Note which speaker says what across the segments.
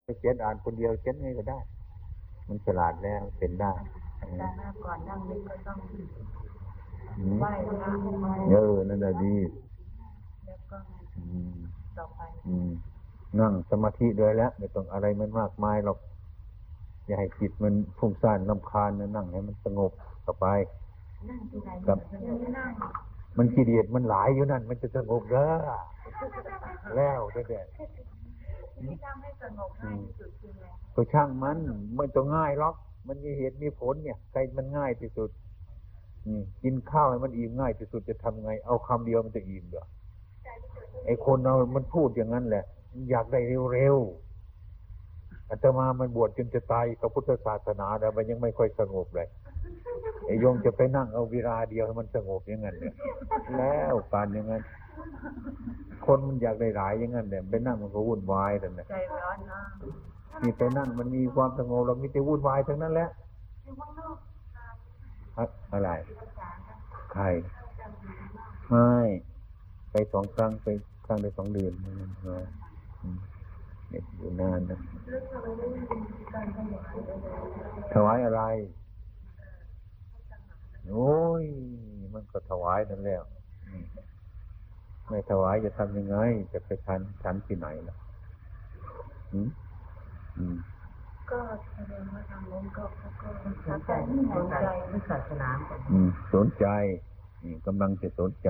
Speaker 1: เขียนอ่านคนเดียวเขียนไงก็ได้มันฉลาดแล้วเป็นได้
Speaker 2: อาจารย์ก่อนนั่งนี่ก็ต้องไหว้พระ
Speaker 1: นั่นแหละดี
Speaker 2: แล้วก็ต่อไป
Speaker 1: นั่งสมาธิด้วยแล้วไม่ต้องอะไรมันมากมายหรอกอย่าให้จิตมันฟุ้งซ่านรำคาญนะนั่งให้มันสงบต่อไปกับมันกิเลสมันหลายอยู่นั่นมันจะสงบแล้วแต่
Speaker 2: ที่ทำให้สงบง่ายที่สุดคืออะไร
Speaker 1: ก็ช่างมันไม่ต้องง่ายหรอกมันมีเหตุมีผลเนี่ยใครมันง่ายที่สุดกินข้าวให้มันอิ่มง่ายที่สุดจะทำไงเอาคำเดียวมันจะอิ่มเหรอไอ้คนเรามันพูดอย่างนั้นแหละอยากได้เร็วๆอาตมามันบวชจนจะตายกับพุทธศาสนาแต่มันยังไม่ค่อยสงบเลยไอ้โยมจะไปนั่งเอาเวลาเดียวให้มันสงบอย่างนั้นเนี่ยแล้วการอย่างนั้นคนมันอยากได้หลายอย่างนั้นเนี่ยไปนั่งมันก็วุ่นวายแต่เนี่ย
Speaker 2: ใจร้อนนะ
Speaker 1: นี่ไปนั่งมันมีความสงบเรามีแต่วุ่นวายทั้งนั้นแหละอะไรใครไม่ไป2 ครั้งไปครั้งได้2 เดือนเนี่ยอยู่นานนะถวายอะไรโอ้ยมันก็ถวายนั่นแล้วไม่ถวายจะทำยังไงจะไปฉันที่ไหนล่ะ
Speaker 2: ก็แสดงว่าทางโน้นก็สนใจศาสนา
Speaker 1: สนใจกำลังจะสนใจ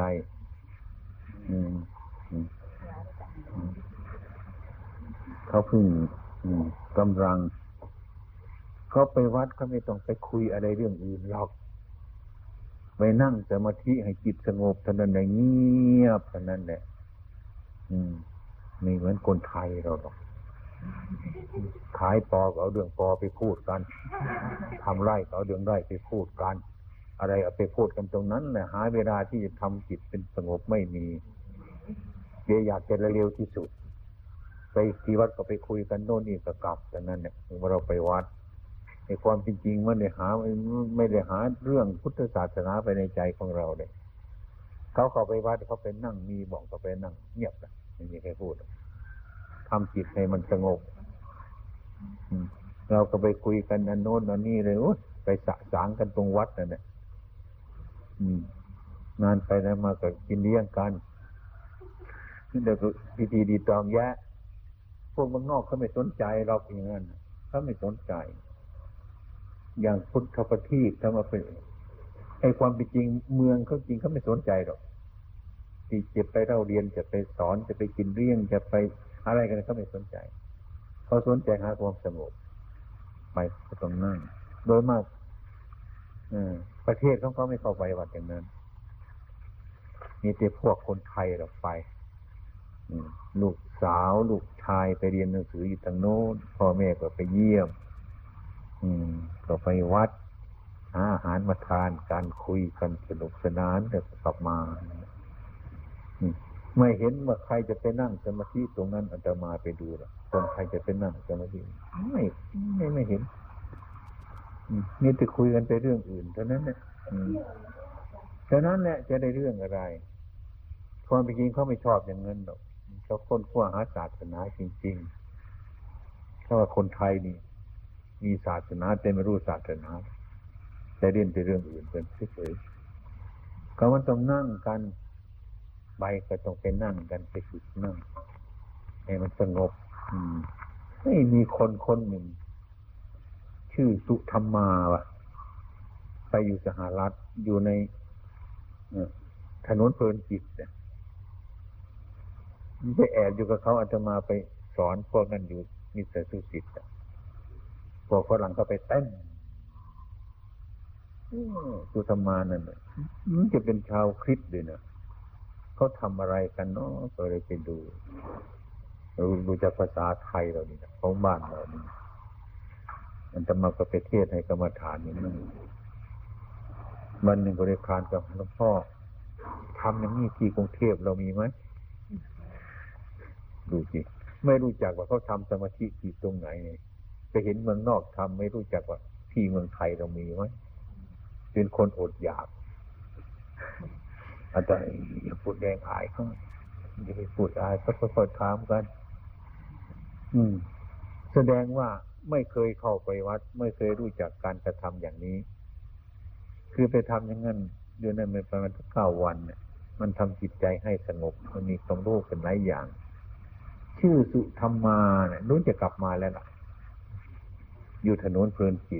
Speaker 1: เขาเพิ่งกำลังเขาไปวัดเขาไม่ต้องไปคุยอะไรเรื่องอื่นหรอกไปนั่งสมาธิให้จิตสงบเท่านั้นเงียบเท่านั้นแหละไม่เหมือนคนไทยเราหรอกขายปอก็เอาเรื่องปอไปพูดกันทำไร่ก็เอาเรื่องไร่ไปพูดกันอะไรเอาไปพูดกันตรงนั้นแหละหาเวลาที่จะทำจิตเป็นสงบไม่มีอยากจะเร็วที่สุดไปที่วัดก็ไปคุยกันโน่นนี่ก็กลับแต่นั้นเนี่ยเมื่อเราไปวัดในความจริงมันไม่ได้หาเรื่องพุทธศาสนาไปในใจของเราเลยเขาไปวัดเขาไปนั่งมีบอกเขาไปนั่งเงียบนะไม่มีใครพูดทำจิตให้มันสงบเราก็ไปคุยกันอันโน้นอันนี้เลยไปสะสางกันตรงวัดนั่นแหละนานไปนะมาก็กินเลี้ยงกันเดี๋ยวพิธีดีตองแยะพวกเมืองนอกเขาไม่สนใจเราอย่างนั้นเขาไม่สนใจอย่างพุทธปฏิทำมาเป็นไอ้ความเป็นจริงเมืองเขาจริงเขาไม่สนใจหรอกที่จะไปเล่าเรียนจะไปสอนจะไปกินเลี้ยงจะไปอะไรกันเขาไม่สนใจเขาสนใจหาความสงบไปตรงนั้นโดยมากประเทศของเขาไม่เข้าไปวัดอย่างนั้นมีแต่พวกคนไทยเราไปลูกสาวลูกชายไปเรียนหนังสืออยู่ทางโน้นพ่อแม่ก็ไปเยี่ยมก็ไปวัดหาอาหารมาทานการคุยกันสนุกสนานแต่กลับมาไม่เห็นว่าใครจะไปนั่งสมาธิตรงนั้นอาตมาไปดูหรอกคนใครจะไปนั่งสมาธิไม่เห็นนี่จะคุยกันไปเรื่องอื่นเท่านั้นเนี่ยเท่านั้นแหละจะได้เรื่องอะไรความจริงเขาไม่ชอบอย่างนั้นหรอกเขาค้นคว้าหาศาสนาจริงๆเพราะว่าคนไทยนี่มีศาสนาแต่ไม่รู้ศาสนาแต่เรียนแต่เรื่องอื่นเป็นเฉยๆเขามันต้องนั่งกันใบก็ต้องไปนั่งกันไปฝึกนั่งให้มันสงบไม่มีคนหนึ่งชื่อสุธรรมาวะไปอยู่สหรัฐอยู่ในถนนเพลินจิตเนี่ยไปแอบอยู่กับเขาอาตมาไปสอนพวกนั้นอยู่มิสเตอร์สุสิทธิ์พวกฝรั่งเขาไปเต้นสุธรรมานั่นมันจะเป็นชาวคริสต์ด้วยนะเขาทำอะไรกันเนาะก็เลยไปดูรู้จักภาษาไทยเรานี่นะของบ้านเรานี่มันจะมาก็ไปเทศให้กรรมฐานอย่างนั้นวันหนึ่งก็ได้คานกับหลวงพ่อทำอย่างนี้ที่กรุงเทพเรามีไหมดูสิไม่รู้จักว่าเขาทำสมาธิที่ตรงไหนไปเห็นเมืองนอกทำไม่รู้จักว่าที่เมืองไทยเรามีไหมเป็นคนอดอยากอาจารย์อย่าพูดแดงอายเขาอย่าไปพูดอายก็ค่อยๆถามกันแสดงว่าไม่เคยเข้าไปวัดไม่เคยรู้จักการกระทำอย่างนี้คือไปทำอย่างนั้นเดือนนั้นประมาณ9 วันเนี่ยมันทำจิตใจให้สงบมันมีความรู้กันหลายอย่าง ชื่อสุธรรมาเนี่ยนู้นจะกลับมาแล้วล่ะอยู่ถนนเพลินจิต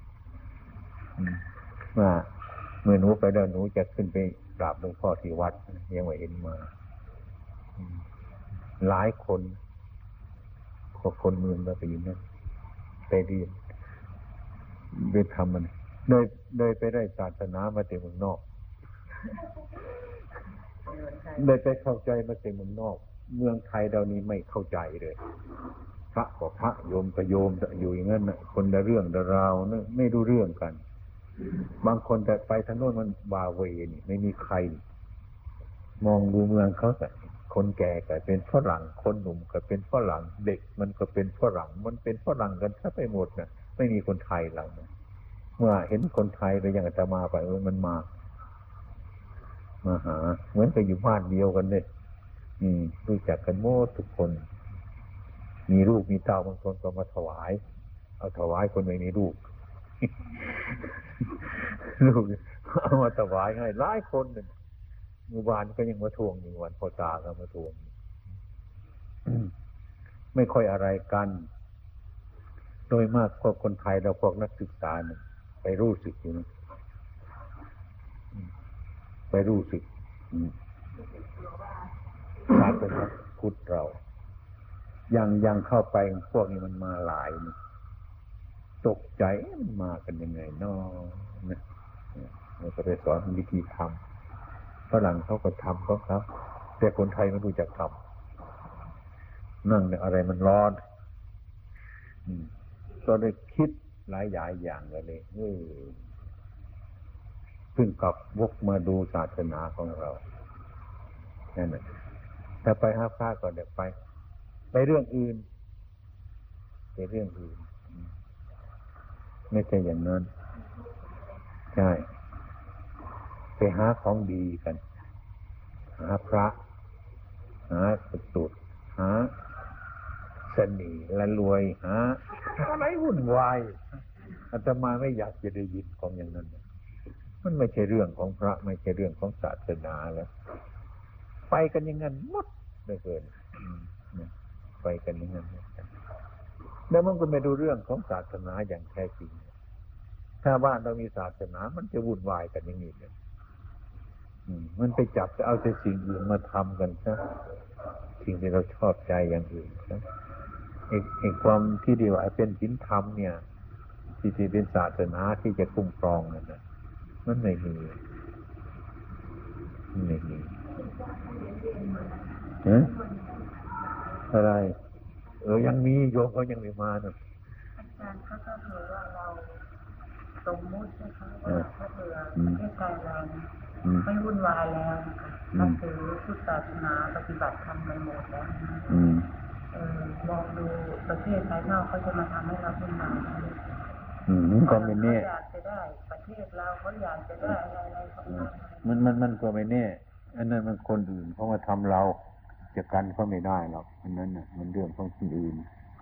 Speaker 1: ว่าเมื่อหนูไปแล้วหนูจะขึ้นไปกราบหลวงพ่อที่วัดยังไม่เห็นมาหลายคนคนเมืองก็ไปอยู่นั่นไปเรียนไปทำมันโดยไปได้ศาสนามาจากเมืองนอกได้ไปเข้าใจมาจากเมืองนอกเมืองไทยเรานี้ไม่เข้าใจเลยพระก็พระโยมก็โยมอยู่อย่างนั้นนะคนละเรื่องละราวนะไม่รู้เรื่องกันบางคนแต่ไปทางโน้นมันบาเวนี่ไม่มีใครมองดูเมืองเขาแต่คนแก่ก็เป็นฝรั่งคนหนุ่มก็เป็นฝรั่งเด็กมันก็เป็นฝรั่งมันเป็นฝรั่งกันถ้าไปหมดนะไม่มีคนไทยเรานะเมื่อเห็นคนไทยไปอย่างอาตมาไปมันมาหาเหมือนกับอยู่บ้านเดียวกันเลยรู้จักกันหมดทุกคนมีลูกมีเต้าบางคนก็มาถวายเอาถวายคนไม่มีลูก ลูกเอามาถวายให้หลายคนเนี่ยเมื่อวานก็ยังมาทวงอยู่วันพ่อตาก็มาทวง ไม่ค่อยอะไรกันโดยมากพวกคนไทยเราพวกนักศึกษาเนี่ยไปรู้สึกอยู่นะไปรู้สึกศาสนาพุทธเรายังเข้าไปพวกนี้มันมาหลายนี่ตกใจมันมากันยังไงเนาะนะเราก็ไปสอนวิธีทำฝรั่งเขาก็ทำของเขาแต่คนไทยไม่รู้จักทำนั่งเนี่ยอะไรมันร้อนก็ได้คิดหลายอย่างเลยเพิ่งกลับวกมาดูศาสนาของเรานั่นแหละถ้าไปหาพระก็เดี๋ยวไปเรื่องอื่นไม่ใช่อย่างนั้นใช่ไปหาของดีกันหาพระหาสุดหาเสน่ห์ละรวยหาอะไรวุ่นวายอาตมาไม่อยากจะได้ยินของอย่างนั้นมันไม่ใช่เรื่องของพระไม่ใช่เรื่องของศาสนาแล้วไปกันอย่างนั้นหมดเลยเกินไปกันอย่างนั้นแล้วมันก็ไม่ดูเรื่องของศาสนาอย่างแท้จริงถ้าบ้านเรามีศาสนามันจะวุ่นวายกันอย่างนี้เลยมันไปจับจะเอาแต่สิ่งอื่นมาทำกันซะสิ่งที่เราชอบใจอย่างอื่นนะไอ้ความที่ดีว่าเป็นศีลธรรมเนี่ยที่เป็นศาสนาที่จะคุ้มครองนั่นนะมันไม่มีอะไรยังมีโยมเขายังไม่มาเนอะ
Speaker 2: อาจารย์ก็ถ้าเผื่อว่าเราสมมุตินะคะว่าถ้าเผื่อประเทศไทยเราไม่วุ่นวายแล้วนะคะนับถือพุทธศาสนาปฏิบัติธรรมไปหมดแล้วมองดูประเทศภายนอกเขาจะมาทำให้เราวุ่นวาย
Speaker 1: ก็ไม่แน่
Speaker 2: อยากจะได้ประเทศเราเขาอยากจะได้อะไรของเรา
Speaker 1: มันก็ไม่แน่อันนั้นมันคนอื่นเขามาทำเราจะกันเขาไม่ได้หรอกอันนั้นน่ะมันเรื่องของคนอื่น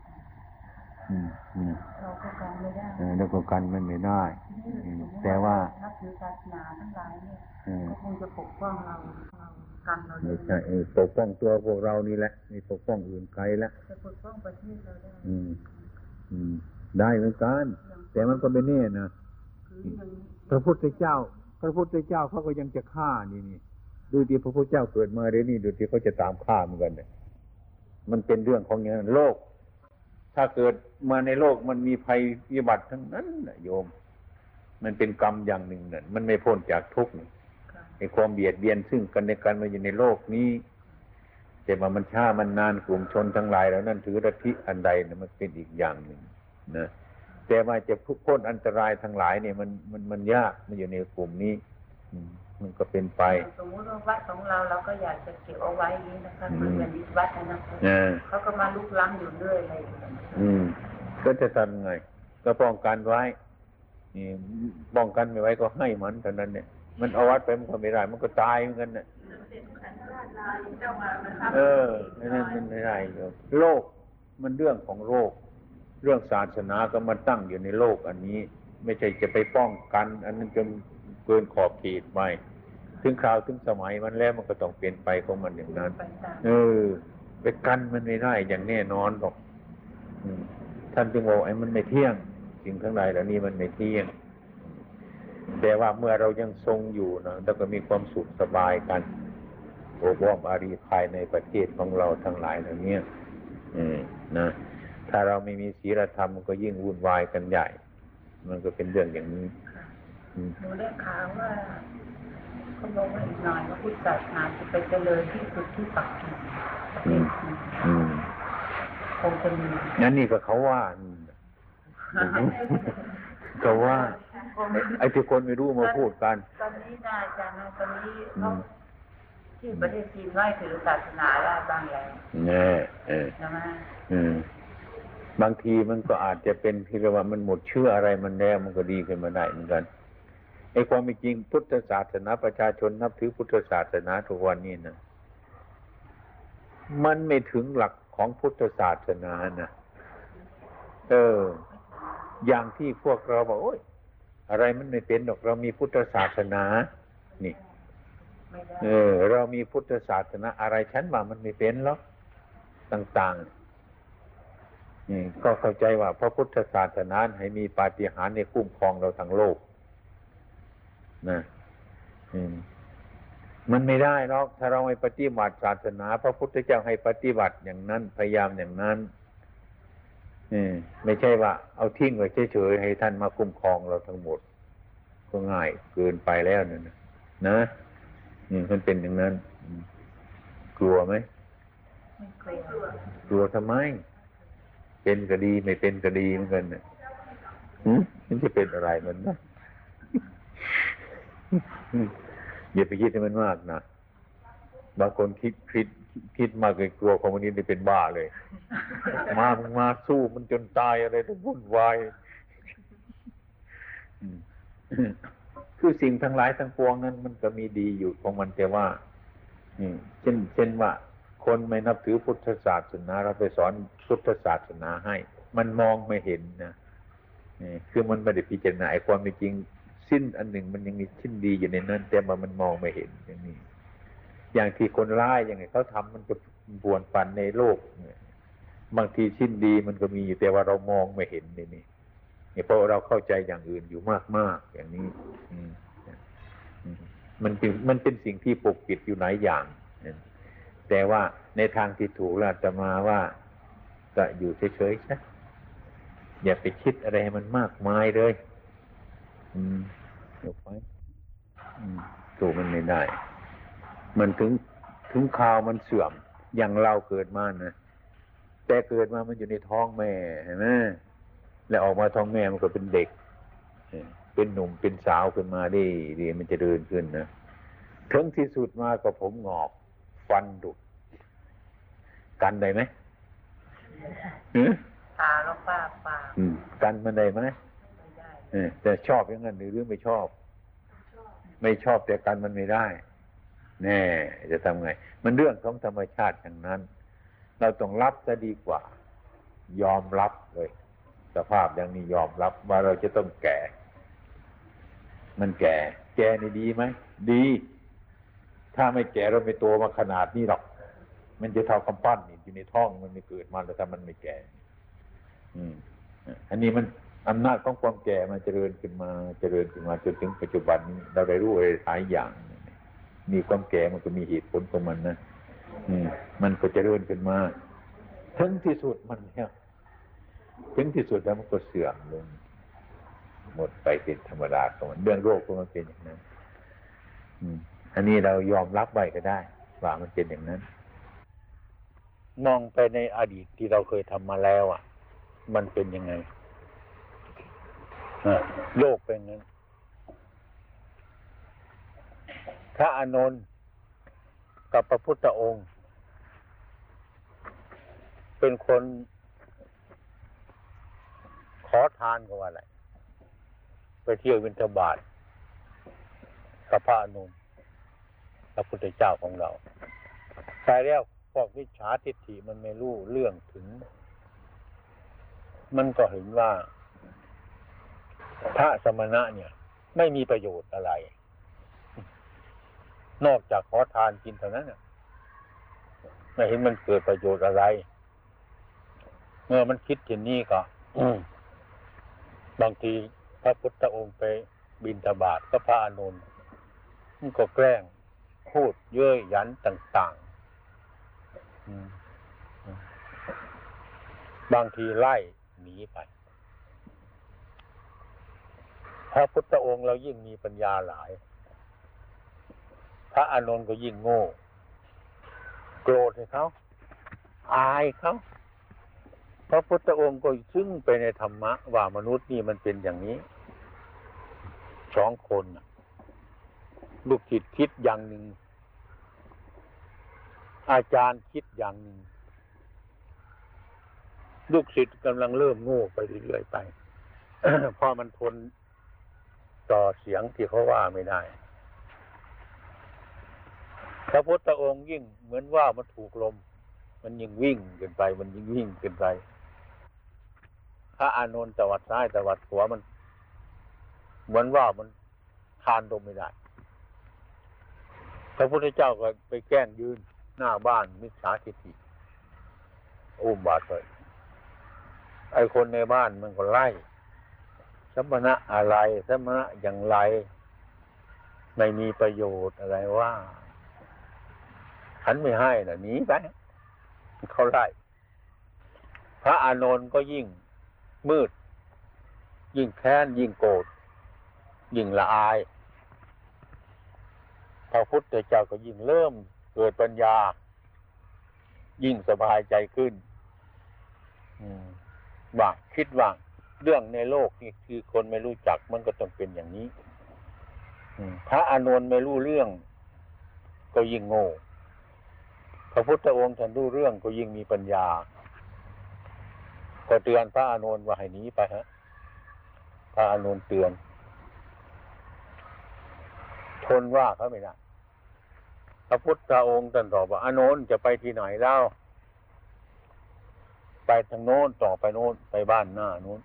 Speaker 2: เราก็กันไม่ได้
Speaker 1: แล้วก็กันมันไม่ได้แต่ว่า
Speaker 2: นับถือศาสนาทั้งหลายเนี่ยก็คงจะปกป้องเรากันเรา
Speaker 1: ไม่ใช่ปกป้องตัวพวกเรานี่แหละไม่ปกป้องอื่นไกลแล้ว
Speaker 2: จะปกป้องประเทศเราได้
Speaker 1: ได้เหมือนกันแต่มันก็ไม่แน่นะพระพุทธเจ้าเขาก็ยังจะฆ่านี่ดูดิพระพุทธเจ้าเกิดมาเดี๋ยวนี้ดูดิเขาจะตามฆ่าเหมือนกันเนี่ยมันเป็นเรื่องของอย่างนั้นโลกถ้าเกิดมาในโลกมันมีภัยวิบัติทั้งนั้นนะโยมมันเป็นกรรมอย่างหนึ่งนั่นมันไม่พ้นจากทุกข์ไอ้ความเบียดเบียนซึ่งกันและกันมาอยู่ในโลกนี้แต่ว่ามันช้ามันนานกลุ่มชนทั้งหลายแล้วนั่นถือลัทธิอันใดนะมันเป็นอีกอย่างหนึ่งนะแต่ว่าจะพ้นอันตรายทั้งหลายเนี่ยมันยากมันอยู่ในกลุ่มนี้มันก็เป็นไป
Speaker 2: สมมติว่าวัดของเราก็อยากจะเก็บเอาไว้นี้นะคะเหมือนวัดนะคะเขาก็มาลุกล้ำอยู่เรื่อยอะไรอย่างเงี้ย
Speaker 1: ก็จะทำไงก็ป้องกันไว้ป้องกันไม่ไว้ก็ให้มันเท่านั้นเนี่ยมันเอาวัดไปมันก็ไม่ได้มันก็ตายเหมือนกันน่ะนั่นไม่ได้โลกมันเรื่องของโลกเรื่องศาสนาก็มาตั้งอยู่ในโลกอันนี้ไม่ใช่จะไปป้องกันอันนั้นจนเกินขอบเขตไปถึงคราวถึงสมัยมันแล้วมันก็ต้องเปลี่ยนไปของมันอย่างนั้นไปกันมันไม่ได้อย่างแน่นอนหรอกท่านจึงบอกไอ้มันไม่เที่ยงสิ่งทั้งหลายเหล่านี้มันไม่เที่ยงแต่ว่าเมื่อเรายังทรงอยู่นะเราก็มีความสุขสบายกันโอบอ้อมอารีภายในประเทศของเราทั้งหลายเหล่านี้นะถ้าเราไม่มีศีลธรรมมันก็ยิ่งวุ่นวายกันใหญ่มันก็เป็นเรื่องอย่างนี้
Speaker 2: หนูได้ข่าวว่าเขาบอกว่าอีกหน่อยว่าพุทธศาสนาจะไปเจริญที่สุดที่ปักกิ่งประเทศจีนคงจะมี
Speaker 1: นั่นนี่ก็เขาว่าก็ว่าไอ้ที่คนไม่รู้มาพูดกัน
Speaker 2: ตอนนี้นะอาจารย์ตอนนี้เขาที่ประเทศจีนไหว้ถือศาสนาได้บ้างแล้วใช่ไหม
Speaker 1: บางทีมันก็อาจจะเป็นที่เรียกว่ามันหมดเชื่ออะไรมันแล้วมันก็ดีขึ้นมาได้เหมือนกันไอ้ความจริงพุทธศาสนาประชาชนนับถือพุทธศาสนาทุกวันนี้นะมันไม่ถึงหลักของพุทธศาสนานะอย่างที่พวกเราบอกโอ๊ยอะไรมันไม่เป็นหรอกเรามีพุทธศาสนานี่เรามีพุทธศาสนาอะไรฉันว่ามันไม่เป็นหรอกต่างๆนี่ก็เข้าใจว่าพระพุทธศาสนาให้มีปาฏิหาริย์ในคุ้มครองเราทั้งโลกนะมันไม่ได้หรอกถ้าเราไม่ปฏิบัติศาสนาพระพุทธเจ้าให้ปฏิบัติอย่างนั้นพยายามอย่างนั้นไม่ใช่ว่าเอาทิ้งไว้เฉยๆให้ท่านมาคุ้มครองเราทั้งหมดก็ง่ายเกินไปแล้วนะมันเป็นอย่างนั้นกลัวไหม
Speaker 2: ไม่กลัว
Speaker 1: กลัวทำไมเป็นก็ดีไม่เป็นก็ดีเหมือนกันเนี่ยมันจะเป็นอะไรมันนะอย่าไปคิดให้มันมากนะบางคนคิดมากเลยกลัวคอมมิวนิสต์เป็นบ้าเลยมาสู้มันจนตายอะไรต้องวุ่นวายคือสิ่งทั้งหลายทั้งปวงนั้นมันก็มีดีอยู่ของมันแต่ว่าเช่นว่าคนไม่นับถือพุทธศาสนาเราไปสอนพุทธศาสนาให้มันมองไม่เห็นนะคือมันไม่ได้พิจารณาไอ้ความเป็นจริงสิ้นอันหนึ่งมันยังมีชิ้นดีอยู่ในนั้นแต่มันมองไม่เห็นอย่างนี้อย่างที่คนร้ายอย่างไรเขาทำมันจะบวนปั่นในโลกบางทีชิ้นดีมันก็มีอยู่แต่ว่าเรามองไม่เห็นนี่เพราะเราเข้าใจอย่างอื่นอยู่มากๆอย่างนี้มันเป็นสิ่งที่ปกปิดอยู่หลายอย่างแต่ว่าในทางที่ถูกแล้วจะมาว่าก็อยู่เฉยๆนะอย่าไปคิดอะไรให้มันมากมายเลยจบไปถูกมันไม่ได้มันถึงคราวมันเสื่อมอย่างเราเกิดมานะแต่เกิดมามันอยู่ในท้องแม่เห็นไหมแล้วออกมาท้องแม่มันก็เป็นเด็กเป็นหนุ่มเป็นสาวขึ้นมาดีมันจะเดินขึ้นนะถึงที่สุดมาก็ผมงอกฟันดุกันได้ไหม
Speaker 2: ตาแล้วปาก
Speaker 1: กันมันได้ไหมแต่ชอบอย่างนั้นหรือไม่ชอบไม่ชอบแต่กันมันไม่ได้แน่จะทำไงมันเรื่องของธรรมชาติอย่างนั้นเราต้องรับซะดีกว่ายอมรับเลยสภาพอย่างนี้ยอมรับว่าเราจะต้องแก่มันแก่นี่ดีไหมดีถ้าไม่แก่เราไม่โตมาขนาดนี้หรอกมันจะเท่ากำปั้นอยู่ในท้องมันไม่เกิดมาแล้วถ้ามันไม่แก่อันนี้มันอำนาจของความแก่มันเจริญขึ้นมาจนถึงปัจจุบันนี้เราได้รู้อะไรหลายอย่างมีความแก่มันก็มีเหตุผลของมันนะมันก็เจริญขึ้นมาถึงที่สุดมันเนี่ยถึงที่สุดแล้วมันก็เสื่อมลงหมดไปเป็นธรรมดาของมันเรื่องโรคก็มันเป็นอย่างนั้นอันนี้เรายอมรับไว้ก็ได้ว่ามันเป็นอย่างนั้นมองไปในอดีตที่เราเคยทำมาแล้วมันเป็นยังไงโลกเป็นงั้นพระอานนท์กับพระพุทธองค์เป็นคนขอทานกับอะไรไปเที่ยวบิณฑบาตกับพระอานนท์พระพุทธเจ้าของเราใช่แล้วพวกวิชชาทิฏฐิมันไม่รู้เรื่องถึงมันก็เห็นว่าพระสมณะเนี่ยไม่มีประโยชน์อะไรนอกจากขอทานกินเท่านั้นไม่เห็นมันเกิดประโยชน์อะไรเมื่อมันคิดอย่างนี้ก็บางทีพระพุทธองค์ไปบิณฑบาตก็พระอานนท์มันก็แกล้งพูดเย้ยหยันต่างๆบางทีไล่หนีไปพระพุทธองค์เรายิ่งมีปัญญาหลายพระอานนท์ก็ยิ่งโง่โกรธให้เขาอายเขาพระพุทธองค์ก็ซึ้งไปในธรรมะว่ามนุษย์นี่มันเป็นอย่างนี้สองคนลูกศิษย์คิดอย่างหนึ่งอาจารย์คิดอย่างหนึ่งลูกศิษย์กำลังเริ่มโง่ไปเรื่อยๆไป พอมันทนต่อเสียงที่เขาว่าไม่ได้พระพุทธองค์ยิ่งเหมือนว่ามันถูกลมมันยิ่งวิ่งเกินไปมันยิ่งวิ่งเกินไปพระอานนท์ตวัดซ้ายตวัดขวามันเหมือนว่ามันทานลมไม่ได้พระพุทธเจ้าก็ไปแกล้งยืนหน้าบ้านมิจฉาทิฏฐิอุ้มบาตรเลยไอ้คนในบ้านมันก็ไล่สมณะอะไรสมณะอย่างไรไม่มีประโยชน์อะไรว่าฉันไม่ให้น่ะหนีไปเขาไล่พระอานนท์ก็ยิ่งมืดยิ่งแค้นยิ่งโกรธยิ่งละอายพระพุทธเจ้าก็ยิ่งเริ่มเกิดปัญญายิ่งสบายใจขึ้นว่าคิดว่าเรื่องในโลกนี่คือคนไม่รู้จักมันก็ต้องเป็นอย่างนี้พระอานนท์ไม่รู้เรื่องก็ยิ่งโง่พระพุทธองค์ท่านรู้เรื่องก็ยิ่งมีปัญญาก็เตือนพระอานนท์ว่าให้หนีไปพระอานนท์เตือนทนว่าเขาไม่ได้พระพุทธองค์ท่านตอบว่าอานนท์จะไปที่ไหนเล่าไปทางโน้นต่อไปโน้นไปบ้านหน้าโน้น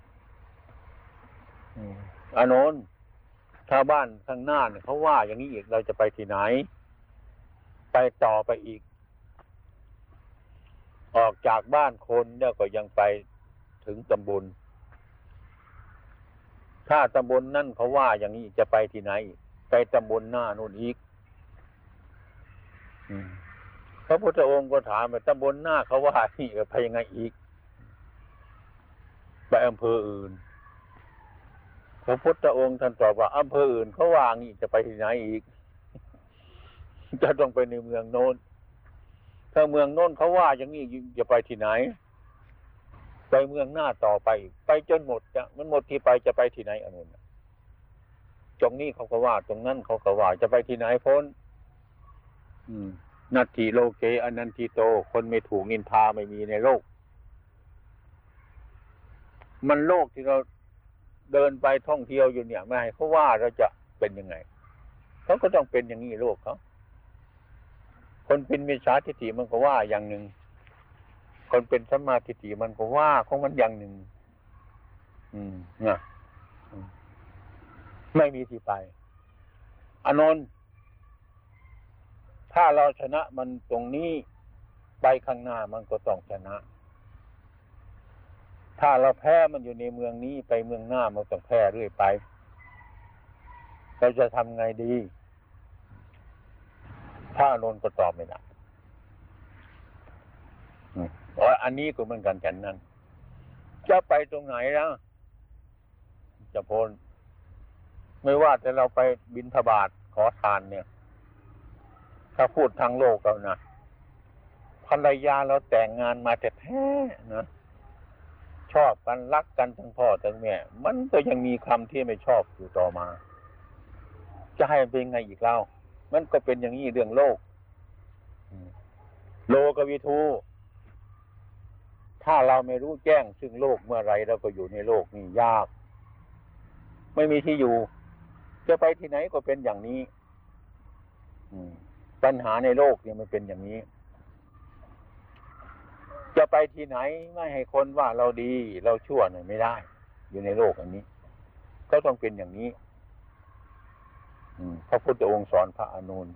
Speaker 1: อานนท์ถ้าบ้านข้างหน้าเนี่ยเขาว่าอย่างนี้อีกเราจะไปที่ไหนไปต่อไปอีกออกจากบ้านคนแล้วก็ยังไปถึงตำบลถ้าตำบลนั่นเขาว่าอย่างนี้จะไปที่ไหนไปตำบลหน้าโน้นอีกพระพุทธองค์ก็ถามว่าตำบลหน้าเขาว่านี่ไปยังไงอีกไปอำเภออื่นพระพุทธองค์ท่านตอบว่าอำเภออื่นเขาว่างี้จะไปที่ไหนอีกจะต้องไปในเมืองโน้นถ้าเมืองโน้นเขาว่าอย่างนี้จะไปที่ไหนไปเมืองหน้าต่อไปไปจนหมดมันหมดที่ไปจะไปที่ไหนอนุนตรงนี้เขาก็ว่าตรงนั้นเขาก็ว่าจะไปที่ไหนพ้นนัตถิโลเกอนันติโตคนไม่ถูกนินทาไม่มีในโลกมันโลกที่เราเดินไปท่องเที่ยวอยู่เนี่ยไม่ให้เขาว่าเราจะเป็นยังไงเขาก็ต้องเป็นอย่างนี้โลกเขาคนเป็นมิจฉาทิฏฐิมันก็ว่าอย่างหนึ่งคนเป็นสัมมาทิฏฐิมันก็ว่าของมันอย่างหนึ่งไม่มีที่ไปอานนท์ถ้าเราชนะมันตรงนี้ไปข้างหน้ามันก็ต้องชนะถ้าเราแพ้มันอยู่ในเมืองนี้ไปเมืองหน้ามันต้องแพ้เรื่อยไปเราจะทำไงดีพระอานนท์ก็ตอบไม่ได้อันนี้ก็เหมือนกันฉันนั้นจะไปตรงไหนแล้วจะพ้นไม่ว่าแต่เราไปบิณฑบาตขอทานเนี่ยถ้าพูดทางโลกแล้วนะภรรยาเราแต่งงานมาแท้ๆนะชอบกันรักกันทั้งพ่อทั้งแม่มันก็ยังมีคำที่ไม่ชอบอยู่ต่อมาจะให้เป็นไงอีกเล่ามันก็เป็นอย่างนี้เรื่องโลกโลกวิทูถ้าเราไม่รู้แจ้งซึ่งโลกเมื่อไรเราก็อยู่ในโลกนี่ยากไม่มีที่อยู่จะไปที่ไหนก็เป็นอย่างนี้ปัญหาในโลกเนี่ยมันเป็นอย่างนี้จะไปที่ไหนไม่ให้คนว่าเราดีเราชั่วเนี่ยไม่ได้ อยู่ในโลกอันนี้ก็ต้องเป็นอย่างนี้พระพุทธองค์สอนพระอานนท์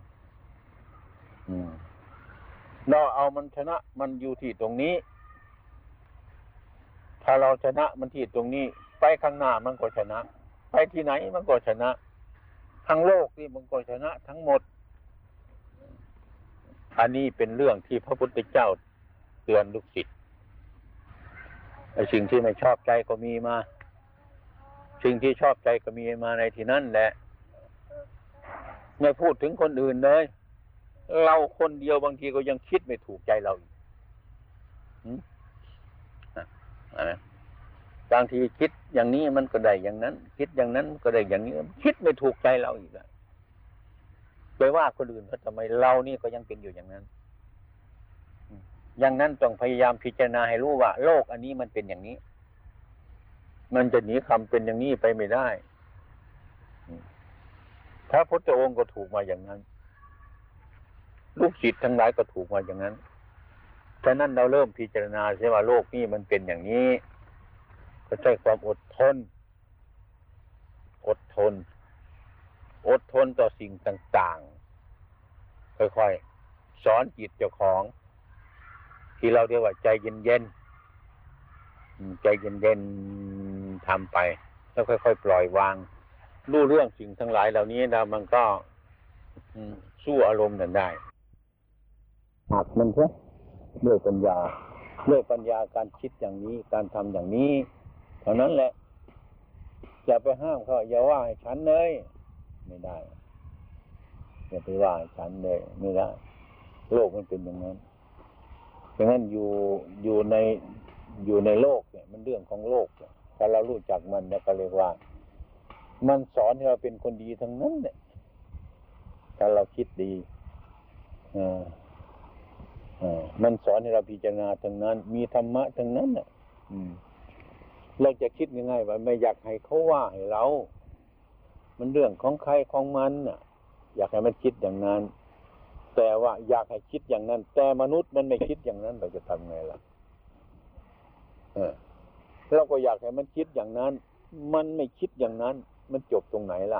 Speaker 1: เราเอามันชนะมันอยู่ที่ตรงนี้ถ้าเราชนะมันที่ตรงนี้ไปข้างหน้ามันก็ชนะไปที่ไหนมันก็ชนะทั้งโลกนี่มันก็ชนะทั้งหมดอันนี้เป็นเรื่องที่พระพุทธเจ้าเตือนลูกศิษย์ไอ้สิ่งที่ไม่ชอบใจก็มีมาสิ่งที่ชอบใจก็มีมาในที่นั่นแหละไม่พูดถึงคนอื่นเลยเราคนเดียวบางทีก็ยังคิดไม่ถูกใจเราอีกบางทีคิดอย่างนี้มันก็ได้อย่างนั้นคิดอย่างนั้นก็ได้อย่างนี้คิดไม่ถูกใจเราอีกแล้วไปว่าคนอื่นเขาทำไมเรานี่ก็ยังเป็นอยู่อย่างนั้นอย่างนั้นต้องพยายามพิจารณาให้รู้ว่าโลกอันนี้มันเป็นอย่างนี้มันจะหนีคำเป็นอย่างนี้ไปไม่ได้พระพุทธองค์ก็ถูกมาอย่างนั้นลูกศิษย์ทั้งหลายก็ถูกมาอย่างนั้นฉะนั้นเราเริ่มพิจารณาใช่ว่าโลกนี้มันเป็นอย่างนี้ก็ใช้ความอดทนอดทนต่อสิ่งต่างๆค่อยๆสอนจิตเจ้าของที่เราเรียกว่าใจเย็นๆใจเย็นๆทำไปแล้วค่อยๆปล่อยวางรู้เรื่องสิ่งทั้งหลายเหล่านี้แล้วมันก็สู้อารมณ์นั้นได้หักมันเถอะด้วยปัญญาการคิดอย่างนี้การทำอย่างนี้เท่านั้นแหละอย่าไปห้ามเขาอย่าว่าให้ฉันเลยไม่ได้อย่าไปว่าให้ฉันเลยไม่ได้โลกมันเป็นอย่างนั้นเพราะงั้นอยู่ในโลกเนี่ยมันเรื่องของโลกถ้าเรารู้จักมันเนี่ยก็เรียกว่ามันสอนให้เราเป็นคนดีทั้งนั้นเนี่ยถ้าเราคิดดีมันสอนให้เราพิจารณาทั้งนั้นมีธรรมะทั้งนั้นน่ะเราจะคิดง่ายๆว่าไม่อยากให้เขาว่าให้เรามันเรื่องของใครของมันน่ะอยากให้มันคิดอย่างนั้นแต่ว่าอยากให้คิดอย่างนั้นแต่มนุษย์มันไม่คิดอย่างนั้นเราจะทำไงล่ะเราก็อยากให้มันคิดอย่างนั้นมันไม่คิดอย่างนั้นมันจบตรงไหนล่ะ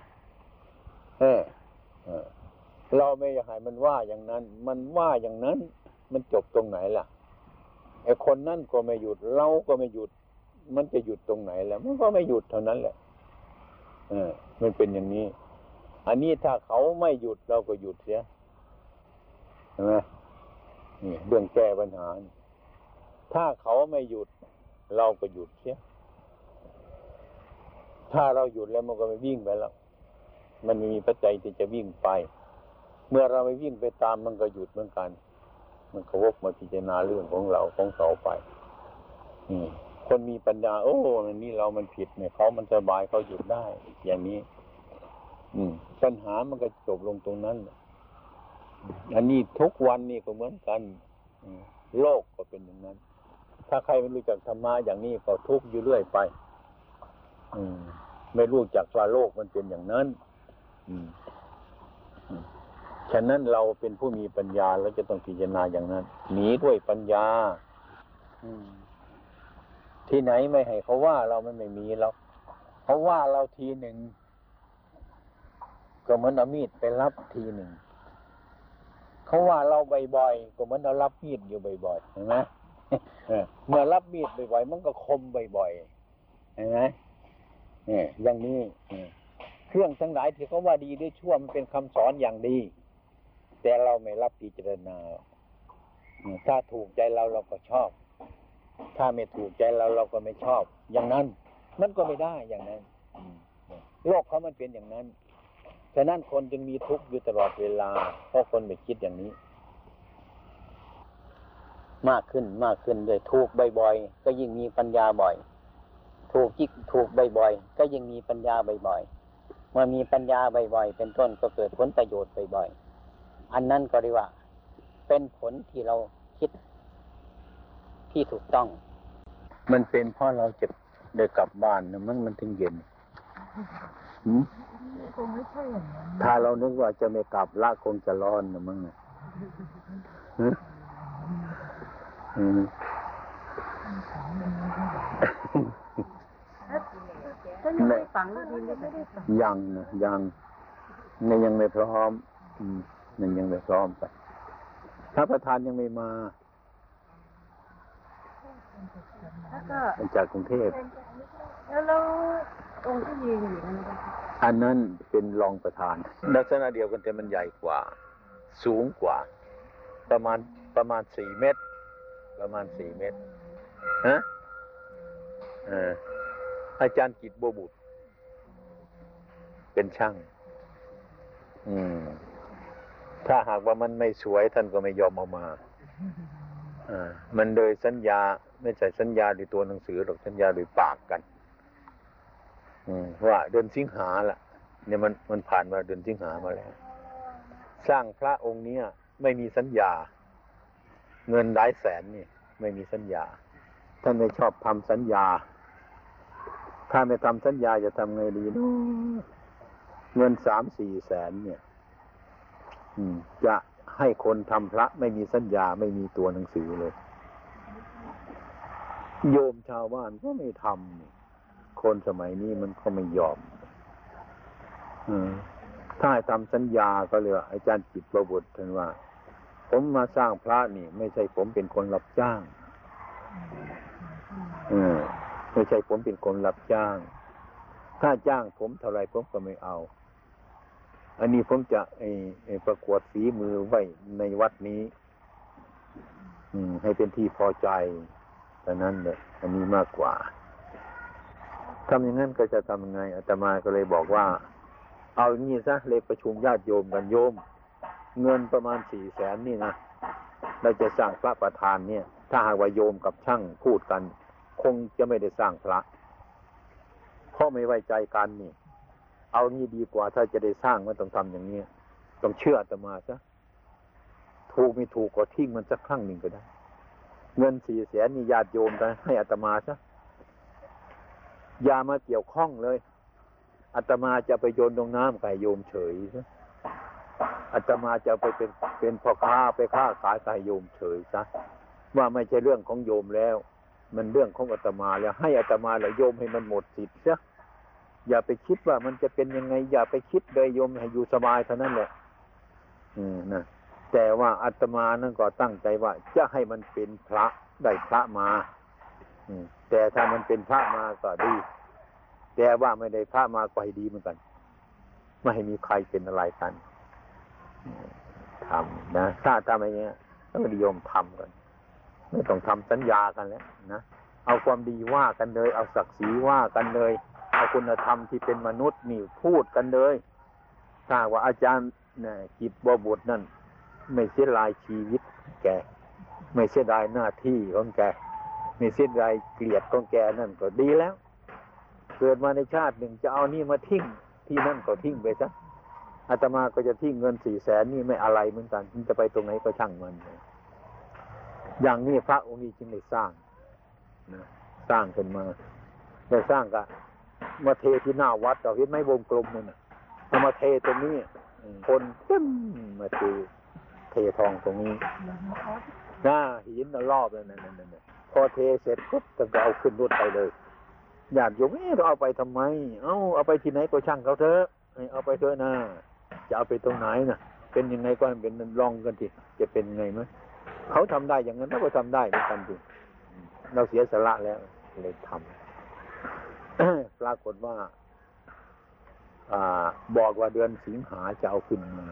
Speaker 1: เราไม่อยากให้มันว่าอย่างนั้นมันว่าอย่างนั้นมันจบตรงไหนล่ะไอ้คนนั่นก็ไม่หยุดเราก็ไม่หยุดมันจะหยุดตรงไหนแล้วมันก็ไม่หยุดเท่านั้นแหละมันเป็นอย่างนี้อันนี้ถ้าเขาไม่หยุดเราก็หยุดเสียใช่ไหมนี่เรื่องแก้ปัญหาถ้าเขาไม่หยุดเราก็หยุดเสียถ้าเราหยุดแล้วมันก็ไม่วิ่งไปแล้วมันไม่มีปัจจัยที่จะวิ่งไปเมื่อเราไม่วิ่งไปตามมันก็หยุดเหมือนกันมันก็วกมาพิจารณาเรื่องของเราของเขาไปคนมีปัญญาโอ้นี่เรามันผิดเนี่ยเขามันสบายเขาหยุดได้อย่างนี้ปัญหามันก็จบลงตรงนั้นอันนี้ทุกวันนี่ก็เหมือนกันโลกก็เป็นอย่างนั้นถ้าใครไม่รู้จักธรรมะอย่างนี้ก็ทุกข์อยู่เรื่อยไปไม่รู้จักว่าโลกมันเป็นอย่างนั้นฉะนั้นเราเป็นผู้มีปัญญาแล้วจะต้องพิจารณาอย่างนั้นหนีด้วยปัญญาที่ไหนไม่ให้เขาว่าเรามันไม่มีแล้วเขาว่าเราทีหนึ่งก็เหมือนเอามีดไปรับทีหนึ่งเขาว่าเราบ่อยๆก็เหมือนเรารับมีดอยู่บ่อยๆเห็นไหมเมื่อรับมีดบ่อยๆมันก็คมบ่อยๆเห็นไหมอย่างนี้เครื่องทั้งหลายที่เขาว่าดีหรือชั่วมันเป็นคำสอนอย่างดีแต่เราไม่รับพิจารณาถ้าถูกใจเราก็ชอบถ้าไม่ถูกใจเราก็ไม่ชอบอย่างนั้นมันก็ไม่ได้อย่างนั้นโลกเขามันเป็นอย่างนั้นฉะนั้นคนจึงมีทุกข์อยู่ตลอดเวลาเพราะคนไม่คิดอย่างนี้มากขึ้นเลยถูกบ่อยๆก็ยิ่งมีปัญญาบ่อยถูกบ่อยๆก็ยิ่งมีปัญญาบ่อยๆเมื่อมีปัญญาบ่อยๆเป็นต้นก็เกิดผลประโยชน์บ่อยๆอันนั้นก็เรียกว่าเป็นผลที่เราคิดที่ถูกต้องมันเป็นเพราะเราจะได้กลับบ้านนะมันถึงเย็น
Speaker 2: คงไม่ใช่อย่างนั้น
Speaker 1: ถ้าเรานึกว่าจะไม่กลับละคงจะร้อนนะมั้ง
Speaker 2: ก็ยังไม่ฝังดินเลย
Speaker 1: ยังนะยังไม่พร้อมยังไม่พร้อมไปพระประธานยังไม่มาจากกรุงเทพ
Speaker 2: แล้วองค์ที่ยืนอยู่นั่น
Speaker 1: อันนั้นเป็นรองประธานลักษณะเดียวกันแต่มันใหญ่กว่าสูงกว่าประมาณ4 เมตรประมาณ4 เมตรฮะอาจารย์กิตบัวบุตรเป็นช่างถ้าหากว่ามันไม่สวยท่านก็ไม่ยอมเอามามันโดยสัญญาไม่ใช่สัญญาด้วยตัวหนังสือหรอกสัญญาโดยปากกันว่าเดือนสิงหาล่ะเนี่ยมันผ่านมาเดือนสิงหามาแล้วสร้างพระองค์นี้ไม่มีสัญญาเงินหลายแสนนี่ไม่มีสัญญาท่านไม่ชอบทำสัญญาถ้าไม่ทำสัญญาจะทำไงดีเนาะเงิน3-4 แสนเนี่ยจะให้คนทำพระไม่มีสัญญาไม่มีตัวหนังสือเลยโยมชาวบ้านก็ไม่ทำคนสมัยนี้มันก็ไม่ยอมถ้าให้ทำสัญญาก็เลยอาจารย์จิตประบุท่านว่าผมมาสร้างพระนี่ไม่ใช่ผมเป็นคนรับจ้างไม่ใช่ผมเป็นคนรับจ้างถ้าจ้างผมเท่าไรผมก็ไม่เอาอันนี้ผมจะประกวดฝีมือไว้ในวัดนี้ให้เป็นที่พอใจแต่นั้นเลยอันนี้มากกว่าทำอย่างนั้นก็จะทำยังไงอาตมาก็เลยบอกว่าเอาอย่างนี้ซะเลยประชุมญาติโยมกันโยมเงินประมาณ4 แสนนี่นะเราจะสร้างพระประธานเนี่ยถ้าหากว่าโยมกับช่างพูดกันคงจะไม่ได้สร้างพระเพราะไม่ไว้ใจกันนี่เอางี้ดีกว่าถ้าจะได้สร้างมันต้องทำอย่างนี้ต้องเชื่ออาตมาซะถูกไม่ถูกก็ทิ้งมันสักครั้งหนึ่งก็ได้เงิน4 แสนนี่ญาติโยมกันให้อาตมาซะอย่ามาเกี่ยวข้องเลยอาตมาจะไปโยนลงน้ำไก่โยมเฉยซะอาตมาจะไปเป็นพ่อค้าไปค้าขายไก่โยมเฉยซะว่าไม่ใช่เรื่องของโยมแล้วมันเรื่องของอาตมาแล้วให้อาตมาแล้วโยมให้มันหมดสิทธิ์ซะอย่าไปคิดว่ามันจะเป็นยังไงอย่าไปคิดเลยโยมให้อยู่สบายเท่านั้นแหละนะแต่ว่าอาตมานั่นก็ตั้งใจว่าจะให้มันเป็นพระได้พระมาแต่ถ้ามันเป็นพระมาก็ดีแต่ว่าไม่ได้พระมาก็ให้ดีเหมือนกันไม่ให้มีใครเป็นอะไรกันทำนะถ้าทำอะไรเงี้ยต้องนิยมทำกันไม่ต้องทำสัญญากันแล้วนะเอาความดีว่ากันเลยเอาศักดิ์ศรีว่ากันเลยเอาคุณธรรมที่เป็นมนุษย์นี่พูดกันเลยถ้าว่าอาจารย์เนี่ยจิตบัวบุตรนั่นไม่เสียดายชีวิตแกไม่เสียดายหน้าที่ของแกไม่เสียดายเกลียดของแกนั่นก็ดีแล้วเกิดมาในชาติหนึ่งจะเอานี่มาทิ้งที่นั่นก็ทิ้งไปซะอาตมาก็จะทิ้งเงิน4 แสนนี่ไม่อะไรเหมือนกันมันจะไปตรงไหนก็ช่างมันอย่างนี้พระองค์นี้จึงได้สร้างนะสร้างขึ้นมาได้สร้างก็มาเทที่หน้าวัดเราเห็นไหมวงกลมนั่นน่ะมาเทตรงนี้คนเต็มมาเททองตรงนี้หน้าหินรอบนั่นพอเทเสร็จปุ๊บก็เอาขึ้นรถไปเลยญาติโยมเราเอาไปทำไมเอาไปที่ไหนก็ช่างเขาเถอะเอาไปเถอะนะจะเอาไปตรงไหนน่ะเป็นยังไงก็ให้เป็นลองกันทีจะเป็นไงมั้ยเขาทำได้อย่างนั้นเราก็ทำได้เหมือนกันทีเราเสียสละแล้วเลยทำ ปรากฏว่าบอกว่าเดือนสิงหาจะเอาขึ้นมา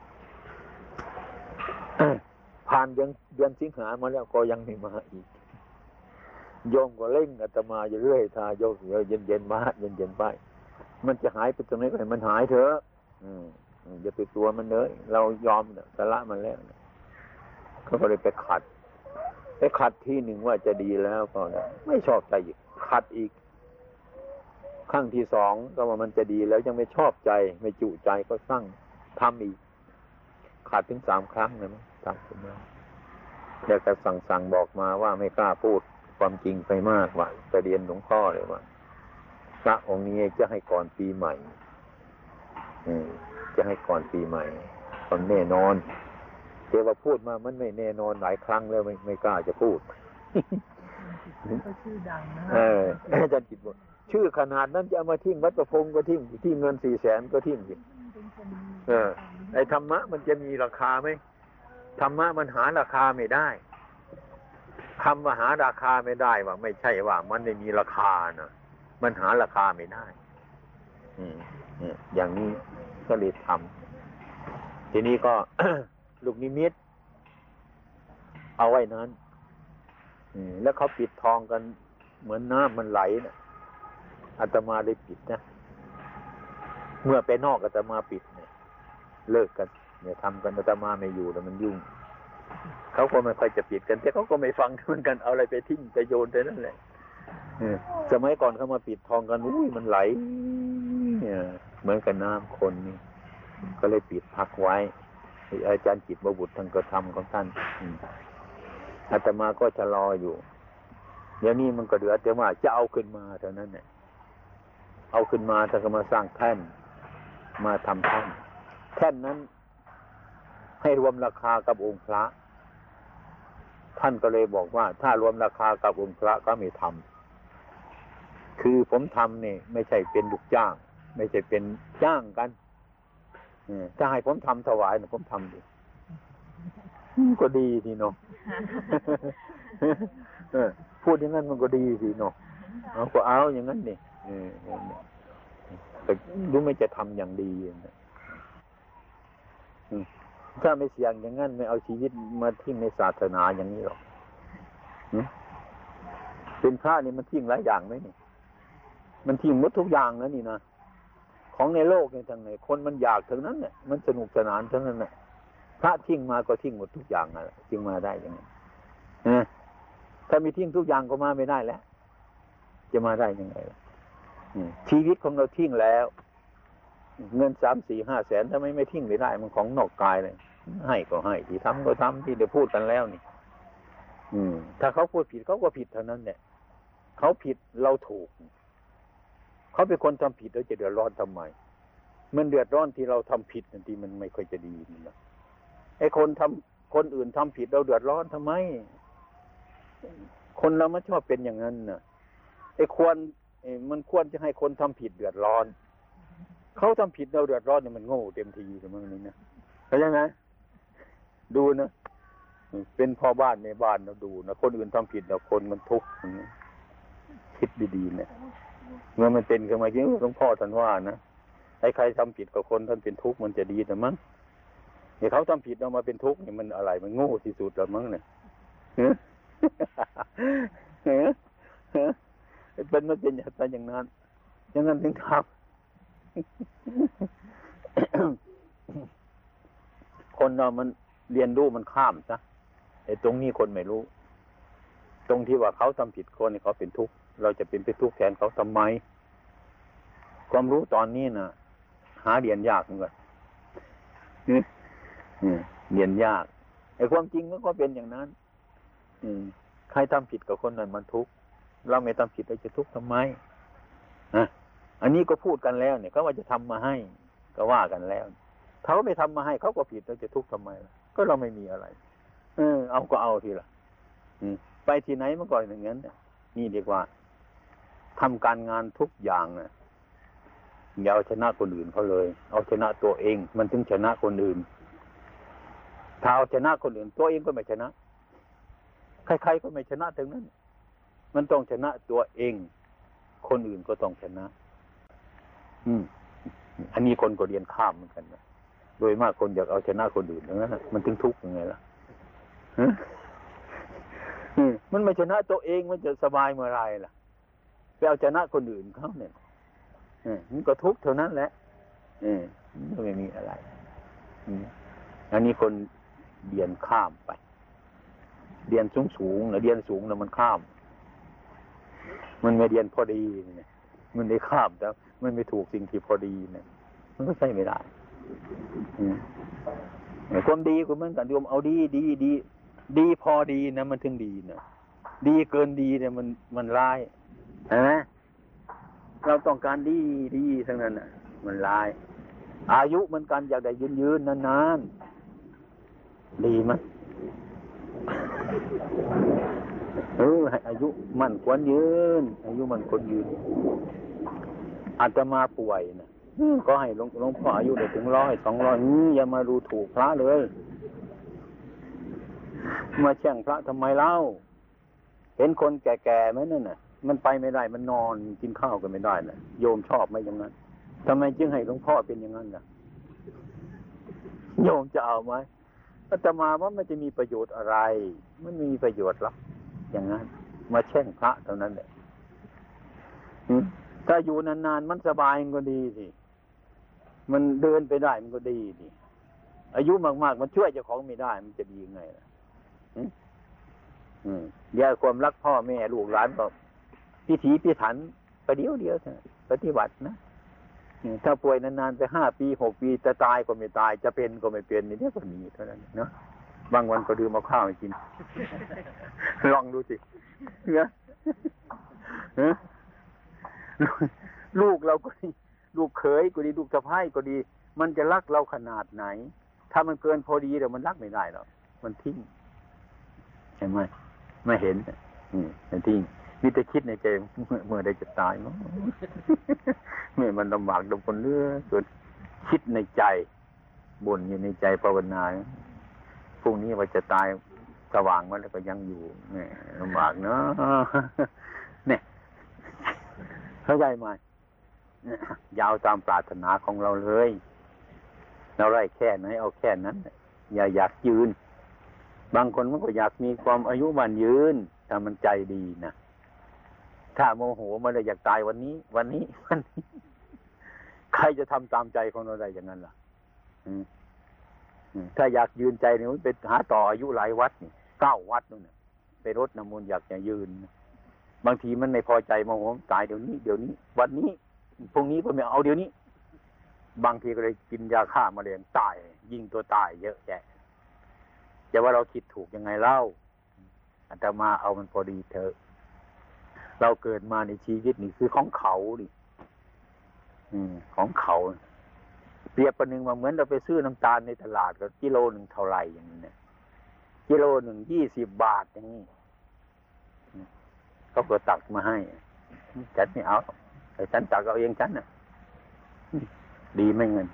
Speaker 1: ผ่านเดือนสิงหามาแล้วก็ยังไม่มาอีกโยมก็เร่งอาตมาอยู่เรื่อยถ้าโยมเย็นๆมาเย็นๆไปมันจะหายไปตรงไหนก็ให้มันหายเถอะอย่าไปตัวมันเลยเรายอมสละมันแล้วเขาก็เลยไปขัดที่หนึ่งว่าจะดีแล้วก็ไม่ชอบใจอีกขัดอีกครั้งที่2ก็ว่ามันจะดีแล้วยังไม่ชอบใจไม่จุใจก็สร้างทำอีกขัดถึง3 ครั้งนะมั้งตามขึ้นมาแล้วก็สั่งบอกมาว่าไม่กล้าพูดความจริงไปมากว่าจะเรียนหลวงพ่อเลยว่าพระองค์นี้จะให้ก่อนปีใหม่จะให้ก่อนปีใหม่ความแน่นอนแต่ว่าพูดมามันไม่แน่นอนหลายครั้งแล้วไม่กล้าจะพูด
Speaker 2: ก็ชื่อดังนะ
Speaker 1: อาจารย์จิตบอกชื่อขนาดนั้นจะเอามาทิ้งวัดประพงก็ทิ้งที่เงิน400,000ก็ทิ้งสิไอ้ธรรมะมันจะมีราคาไหมธรรมะมันหาราคาไม่ได้คำว่าหาราคาไม่ได้ว่าไม่ใช่ว่ามันไม่มีราคานะมันหาราคาไม่ได้อย่างนี้ก็เลยทำทีนี้ก็ ลูกนิมิตเอาไว้นั้นแล้วเขาปิดทองกันเหมือนน้ำมันไหลนะอาตมาได้ปิดนะเมื่อไปนอกอาตมาปิดเนี่ยเลิกกันเนี่ยทำกันอาตมาไม่อยู่แล้วมันยุ่งเขาก็ไม่ค่อยจะปิดกันแต่เขาก็ไม่ฟังเหมือนกันเอาอะไรไปทิ้งไปโยนไปนั่นแหละสมัยก่อนเขามาปิดทองกันอุ้ยมันไหลเหมือนกับน้ำคนนี่ก็เลยปิดพักไว้อาจารย์จิตบุตรท่านก็ทำของท่านอาตมาก็ชะลออยู่เดี๋ยวนี้มันก็เหลือแต่ว่าจะเอาขึ้นมาเท่านั้นเนี่ยเอาขึ้นมาท่านก็มาสร้างแท่นมาทำแท่นนั้นให้รวมราคากับองค์พระท่านก็เลยบอกว่าถ้ารวมราคากับองค์พระก็ไม่ทำคือผมทำเนี่ยไม่ใช่เป็นลูกจ้างไม่ใช่เป็นจ้างกันถ้าให้ผมทำถวายเนี่ยผมทำดิก็ดีทีเนาะพูดอย่างนั้นมันก็ดีสิเนาะเอาก็เอาอย่างนั้นนี่แต่รู้ไม่จะทำอย่างดีถ้าไม่เสี่ยงอย่างนั้นไม่เอาชีวิตมาทิ้งในศาสนาอย่างนี้หรอกเป็นพระนี่มันทิ้งหลายอย่างไหมนี่มันทิ้งหมดทุกอย่างนะนี่นะของในโลกในทางไหนคนมันอยากทั้งนั้นเนี่ยมันสนุกสนานทั้งนั้นเนี่ยพระทิ้งมาก็ทิ้งหมดทุกอย่างอะไรทิ้งมาได้ยังไงถ้ามีทิ้งทุกอย่างก็มาไม่ได้แล้วจะมาได้ยังไงชีวิตของเราทิ้งแล้วเงิน3-4-5 แสนทำไมไม่ทิ้งไม่ได้มันของนอกกายเลยให้ก็ให้ที่ทำก็ทำที่เดี๋ยวพูดกันแล้วนี่ถ้าเขาพูดผิดเขาก็ผิดเท่านั้นแหละเขาผิดเราถูกเขาเป็นคนทำผิดเราจะเดือดร้อนทำไมมันเดือดร้อนที่เราทำผิดบางทีมันไม่ค่อยจะดีนี่นะไอ้คนอื่นทำผิดเราเดือดร้อนทำไมคนเราไม่ชอบเป็นอย่างนั้นน่ะมันควรจะให้คนทำผิดเดือดร้อนเขาทำผิดเราเดือดร้อนเนี่ยมันโง่เต็มทีเลยมั้งนี่นะเข้าใจไหมดูนะเป็นพ่อบ้านในบ้านเราดูนะคนอื่นทำผิดเราคนมันทุกข์คิดดีๆเนี่ยเมื่อมันเป็นขึ้นมาจริงหลวงพ่อท่านว่านะไอ้ใครทำผิดกับคนท่านเป็นทุกข์มันจะดีแต่มั้งเนี่ยเขาทำผิดเรามาเป็นทุกข์เนี่ยมันอะไรมันโง่ที่สุดแล้วมั้งเนี่ยมันเป็นอย่างนั้นอย่างนั้นถึงทำคนเรามันเรียนรู้มันข้ามซะไอ้ตรงนี้คนไม่รู้ตรงที่ว่าเขาทำผิดคนเขาเป็นทุกข์เราจะเป็นทุกข์แทนเขาทำไมความรู้ตอนนี้นะหาเรียนยากเหมือนกันเรียนยากไอ้ความจริงมันก็เป็นอย่างนั้นใครทำผิดกับคนนั้นมันทุกข์เราไม่ทำผิดเราจะทุกข์ทำไมอันนี้ก็พูดกันแล้วเนี่ยเขาว่าจะทำมาให้ก็ว่ากันแล้วเขาไม่ทำมาให้เขาก็ผิดเราจะทุกข์ทำไมก็เราไม่มีอะไรเอาก็เอาทีละไปที่ไหนเมื่อก่อนอย่างนั้นนี่ดีกว่าทำการงานทุกอย่างนะอย่าเอาชนะคนอื่นเขาเลยเอาชนะตัวเองมันถึงชนะคนอื่นถ้าเอาชนะคนอื่นตัวเองก็ไม่ชนะใครๆก็ไม่ชนะถึงนั้นมันต้องชนะตัวเองคนอื่นก็ต้องชนะอันนี้คนก็เรียนข้ามเหมือนกันนะโดยมากคนอยากเอาชนะคนอื่นอย่างนั้นมันถึงทุกข์ยังไงล่ะมันไม่ชนะตัวเองมันจะสบายเมื่อไรล่ะไปเอาชนะคนอื่นเขาเนี่ยมันก็ทุกข์เท่านั้นแหละไม่มีอะไรอันนี้คนเรียนข้ามไปเรียนสูงนะเรียนสูงนะมันข้ามมันไม่เรียนพอดีเนี่ยมันได้ข้ามแต่มันไม่ถูกสิ่งที่พอดีเนี่ยมันก็ใช่ไม่ได้ความดีก็เหมือนกันโยมเอาดีพอดีนะมันถึงดีนะดีเกินดีเนี่ยมันร้ายเห็นไหมเราต้องการดีทั้งนั้นน่ะมันร้ายอายุเหมือนกันอยากได้ยืนนานๆ
Speaker 3: ดีไหมให้อายุมั่นควรยืนอายุมั่นควรยืนอาตมาป่วยนะก็ให้หลวงพ่ออายุได้ถึง100 200อย่ามาดูถูกพระเลยมาแช่งพระทำไมเล่าเห็นคนแก่ๆไหมนั่นน่ะมันไปไม่ได้มันนอนกินข้าวกันไม่ได้น่ะโยมชอบไหมอย่างนั้นทำไมจึงให้หลวงพ่อเป็นอย่างนั้นล่ะโยมจะเอาไหมอาตมาว่ามันจะมีประโยชน์อะไรมันไม่มีประโยชน์หรอกอย่างนั้นมาแช่งพระเท่านั้นแหละถ้าอยู่นานๆมันสบายมันก็ดีสิมันเดินไปได้มันก็ดีสิอายุมากๆมันช่วยเจ้าของไม่ได้มันจะดียังไงล่ะอย่าความรักพ่อแม่ลูกหลานก็พิถีพิถันประเดี๋ยวปฏิบัตินะถ้าป่วยนานๆไป5 ปี6 ปีจะตายก็ไม่ตายจะเป็นก็ไม่เป็นนี่ก็มีเท่านั้นเนาะบางวันก็ดื่มเอาข้าวให้กินลองดูสิเนี่ยลูกเราก็ดีลูกเขยก็ดีลูกสะใภ้ก็ดีมันจะรักเราขนาดไหนถ้ามันเกินพอดีเดี๋ยวมันรักไม่ได้หรอกมันทิ้งเห็นไหมไม่เห็นมันทิ้งมีแต่คิดในใจเมื่อใดจะตายมั้งเมื่อมันลำบากดมคนเลือจนคิดในใจบ่นอยู่ในใจภาวนาพรุ่งนี้ว่าจะตายสว่างมาแล้วก็ยังอยู่เนี่ยลำบากเนาะเนี่ยเข้าใจไหมยาวตามปรารถนาของเราเลยเราได้แค่ไหนเอาแค่นั้นอย่าอยากยืนบางคนมันก็อยากมีความอายุมันยืนถ้ามันใจดีนะถ้าโมโหมันเลยอยากตายวันนี้ใครจะทำตามใจของเราได้อย่างนั้นล่ะถ้าอยากยืนใจเนี่ยไปหาต่ออายุหลายวัดนี่9 วัดนู่นไปรดน้ำมนต์อยากจะยืนบางทีมันไม่พอใจโมโหตายเดี๋ยวนี้วันนี้พรุ่งนี้ก็ไม่เอาเดี๋ยวนี้บางทีก็เลยกินยาฆ่าแมลงตายยิงตัวตายเยอะแยะจะว่าเราคิดถูกยังไงเล่าอาตมาเอามันพอดีเถอะเราเกิดมาในชีวิตนี่คือของเขาดิของเขาเปรียบประหนึ่งมาเหมือนเราไปซื้อน้ำตาลในตลาดก็กิโลนึงเท่าไหร่อย่างนี้เนี่ยกิโลนึง20 บาทอย่างนี้เขาก็ตักมาให้ฉันไม่เอาแต่ฉันตักเอาเองฉันน่ะดีไม่เงิน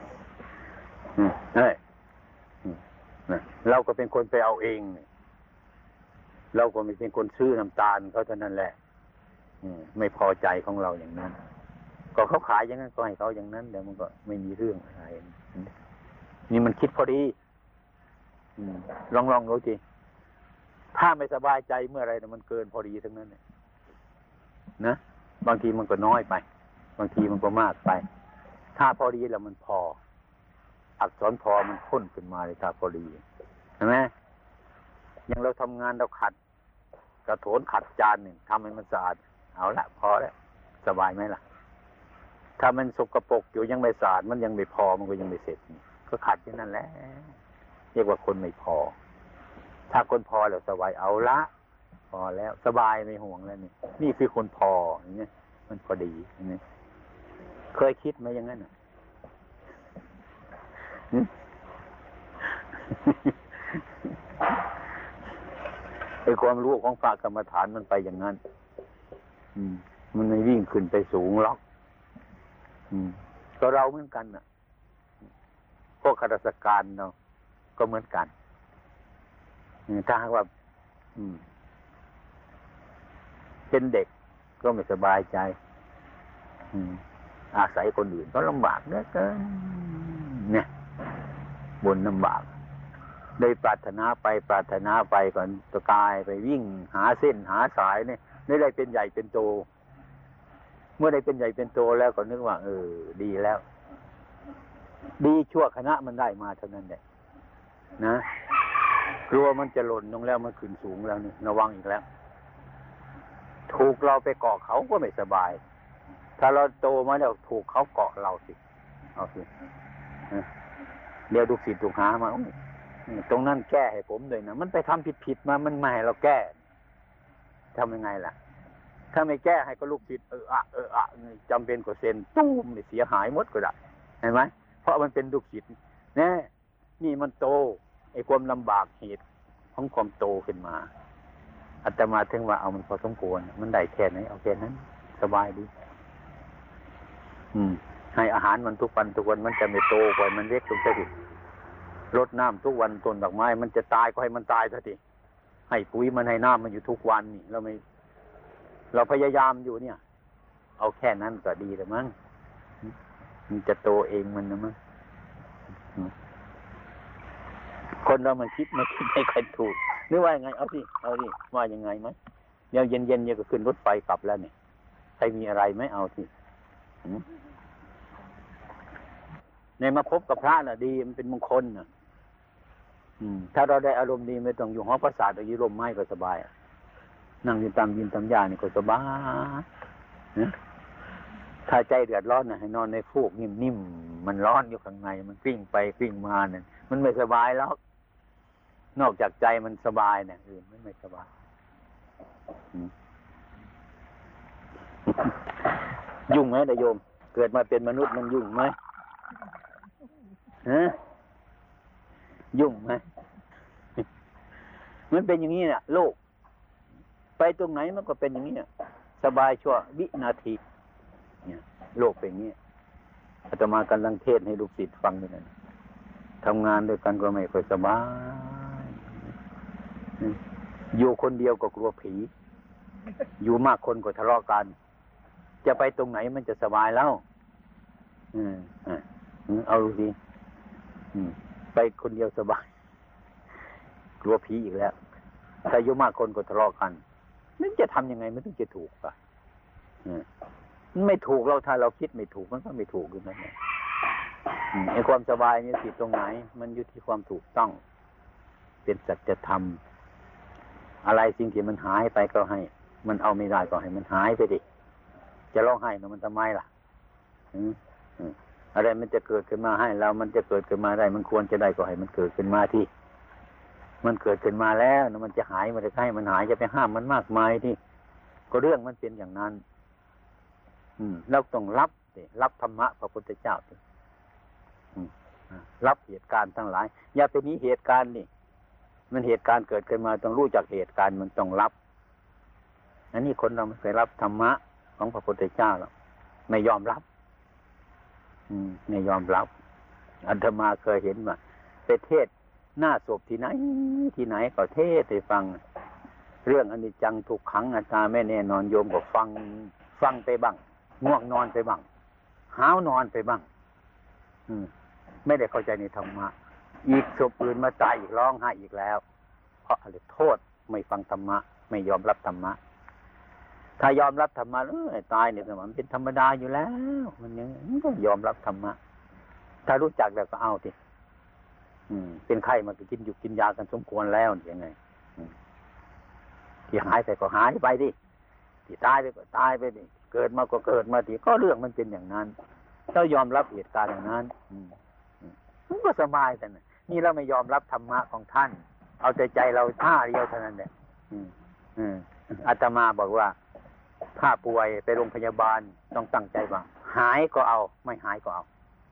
Speaker 3: เราก็เป็นคนไปเอาเองเราก็ไม่เป็นคนซื้อน้ำตาลเขาเท่านั้นแหละไม่พอใจของเราอย่างนั้นก็เขาขายอย่างนั้นก็ให้เขาอย่างนั้นเดี๋ยวมันก็ไม่มีเรื่องอะไรนี่มันคิดพอดีลองดูสิถ้าไม่สบายใจเมื่อไรมันเกินพอดีทั้งนั้นนะบางทีมันก็น้อยไปบางทีมันก็มากไปถ้าพอดีแล้วมันพออักษรพอมันพ้นขึ้นมาเลยถ้าพอดีเห็นไหมอย่างเราทำงานเราขัดกระโถนขัดจานหนึ่งทำให้มันสะอาดเอาละพอแล้วสบายไหมล่ะถ้ามันสกปรกอยู่ยังไม่สะอาดมันยังไม่พอมันก็ยังไม่เสร็จก็ขัดแค่นั้นแหละเรียกว่าคนไม่พอถ้าคนพอแล้วสบายเอาละพอแล้วสบายไม่ห่วงแล้วนี่คือคนพออย่างนี้มันพอดีอย่างนี้เคยคิดไหมอย่างนั้นไอ้ความรู้ของพระกรรมฐานมันไปอย่างนั้นมันไม่วิ่งขึ้นไปสูงหรอกก็เราเหมือนกันน่ะพวกข้าราชการเนาะก็เหมือนกันถ้าหากว่าเป็นเด็กก็ไม่สบายใจอาศัยคนอื่นก็ลำบากเหลือเกินเนี่ยบนลำบากได้ปรารถนาไปก่อนตะกายไปวิ่งหาเส้นหาสายเนี่ยได้เป็นใหญ่เป็นโตเมื่อได้เป็นใหญ่เป็นโตแล้วก็นึกว่าดีแล้วดีชั่วคณะมันได้มาเท่านั้นแหละนะกลัวมันจะหล่นลงแล้วมันขึ้นสูงแล้วนี่ระวังอีกแล้วถูกเราไปเกาะเขาก็ไม่สบายถ้าเราโตมาแล้วถูกเขาเกาะเราสิเอาสิเดี๋ยวดูศิษย์ถูกหามาตรงนั้นแก้ให้ผมเลยนะมันไปทำผิดมามันไม่ให้เราแก้ทำยังไงล่ะถ้าไม่แก้ให้ก็ลูกศิษย์จำเป็นกว่าเซ็นตุ้มเสียหายหมดก็ได้เห็นไหมเพราะมันเป็นลูกศิษย์แน่นี่มันโตอ้ความลำบากเหตุของความโตขึ้นมาอาตมาถึงว่าเอามันพอสมควรมันได้แค่ไหนเอาแค่นั้นสบายดีให้อาหารมันทุกวันมันจะไม่โตกว่ามันเล็กลงซะทีรดน้ำทุกวันต้นดอกไม้มันจะตายก็ให้มันตายซะทีให้ปุ๋ยมันให้น้ำมันอยู่ทุกวันนี่เราพยายามอยู่เนี่ยเอาแค่นั้นก็ดีแล้วมั้งมันจะโตเองมันนะมั้งคนเรามันคิดไม่ค่อยถูกนึกว่ายังไงเอาสิว่ายังไงไหมเดี๋ยวเย็นเนี่ยก็ขึ้นรถไฟกลับแล้วเนี่ยใครมีอะไรไหมเอาสิในมาพบกับพระน่ะดีมันเป็นมงคลน่ะถ้าเราได้อารมณ์ดีไม่ต้องอยู่หอประสาทอยู่ร่มไม้ก็สบายนั่งอยู่ตามยินตามหญ้านี่ก็สบายถ้าใจเดือดร้อนน่ะให้นอนในฟูกนิ่มๆมันร้อนอยู่ข้างในมันกลิ้งไปกลิ้งมาเนี่ยมันไม่สบายแล้วนอกจากใจมันสบายเนี่ยอื่นมันไม่สบายยุ่งไหมนายโยมเกิดมาเป็นมนุษย์มันยุ่งไหมยุ่งไหมมันเป็นอย่างนี้เนี่ยโลกไปตรงไหนมันก็เป็นอย่างนี้สบายชั่ววินาทีเนี่ยโลกเป็นอย่างนี้อาตมากำลังเทศให้ลูกศิษย์ฟังอยู่นั่นทำงานด้วยกันก็ไม่ค่อยสบายอยู่คนเดียวก็กลัวผีอยู่มากคนก็ทะเลาะกันจะไปตรงไหนมันจะสบายแล้วเอาดูสิไปคนเดียวสบายกลัวผีอีกแล้วถ้าอยู่มากคนก็ทะเลาะกันนั่นจะทำยังไงมันถึงจะถูกอ่ะมันไม่ถูกเราถ้าเราคิดไม่ถูกมันก็ไม่ถูกอยู่นั่นแหละไอ้ความสบายนี่ผิดตรงไหนมันอยู่ที่ความถูกต้องเป็นสัจธรรมอะไรสิ่งที่มันหายไปก็ให้มันเอาไม่ได้ก็ให้มันหายไปดิจะร้องไห้มันทำไมล่ะอะไรมันจะเกิดขึ้นมาให้เรามันจะเกิดขึ้นมาได้มันควรจะได้ก็ให้มันเกิดขึ้นมาที่มันเกิดขึ้นมาแล้วมันจะหายมันจะให้มันหายจะไปห้ามมันมากมายที่ก็เรื่องมันเป็นอย่างนั้นเราต้องรับธรรมะพระพุทธเจ้ารับเหตุการณ์ทั้งหลายอย่าไปหนีเหตุการณ์นี่มันเหตุการณ์เกิดขึ้นมาต้องรู้จักเหตุการณ์มันต้องรับอันนี้คนเราไม่เคยรับธรรมะของพระพุทธเจ้าหรอกไม่ยอมรับไม่ยอมรับอาตมาเคยเห็นว่าไปเทศหน้าศพที่ไหนก็เทศให้ฟังเรื่องอนิจจังทุกขังอนัตตาไม่แน่นอนโยมก็ฟังไปบ้างง่วงนอนไปบ้างห้าวนอนไปบ้างไม่ได้เข้าใจในธรรมะอีกศพอื่นมาตายอีกร้องไห้อีกแล้วเพราะอะไรโทษไม่ฟังธรรมะไม่ยอมรับธรรมะถ้ายอมรับธรรมะตายเนี่ยมันเป็นธรรมดาอยู่แล้วมันก็ยอมรับธรรมะถ้ารู้จักแล้วก็เอาสิเป็นไข้มันก็กินยากันสมควรแล้วยังไงที่หายไปก็หายไปดิที่ตายไปก็ตายไปดิเกิดมาก็เกิดมาดิก็เรื่องมันเป็นอย่างนั้นเรายอมรับเหตุการณ์อย่างนั้นมันก็สบายแต่นี่เราไม่ยอมรับธรรมะของท่านเอาใจเราท่าเดียวเท่านั้นแหละอาตมาบอกว่าถ้าป่วยไปโรงพยาบาลต้องตั้งใจว่าหายก็เอาไม่หายก็เอา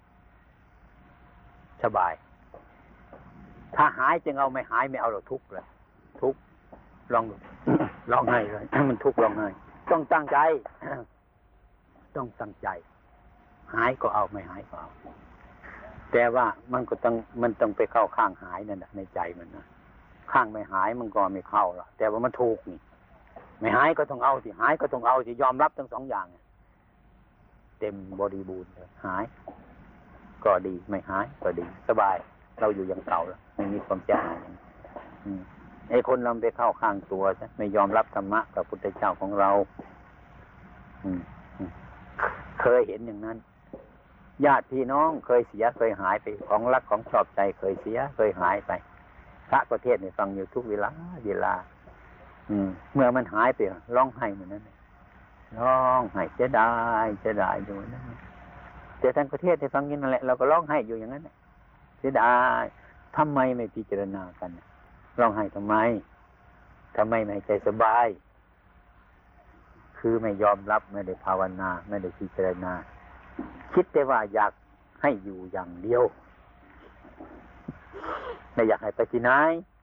Speaker 3: สบายถ้าหายจึงเอาไม่หายไม่เอาเราทุกข์เลยทุกข์ร้องไห้เลยมันทุกข์ร้องไห้ต้องตั้งใจต้องตั้งใจหายก็เอาไม่หายก็เอาแต่ว่ามันต้องไปเข้าข้างหายนั่นแหละในใจมันนะข้างไม่หายมันก็ไม่เข้าหรอกแต่ว่ามันถูกนี่ไม่หายก็ต้องเอาสิหายก็ต้องเอาสิยอมรับทั้งสองอย่างเต็มบริบูรณ์เลยหายก็ดีไม่หายก็ดีสบายเราอยู่อย่างเก่าแล้วไม่มีความเสียหายไอ้คนเราไปเข้าข้างตัวใช่ไม่ยอมรับธรรมะกับพุทธเจ้าของเราเคยเห็นอย่างนั้นญาติพี่น้องเคยเสียเคยหายไปของรักของชอบใจเคยเสียเคยหายไปพระประเทศนี่ฟังอยู่ทุกเวลาเมื่อมันหายไปร้องไห้เหมือนนั้นร้องไห้เสียดายอยู่นั่นแต่ทั้งประเทศที่ฟังยินนั่นแหละเราก็ร้องไห้อยู่อย่างนั้นเสียดายทำไมไม่พิจารณากันร้องไห้ทำไมไม่ใจสบายคือไม่ยอมรับไม่ได้ภาวนาไม่ได้พิจารณาคิดแต่ว่าอยากให้อยู่อย่างเดียวไม่อยากให้ไปที่ไหน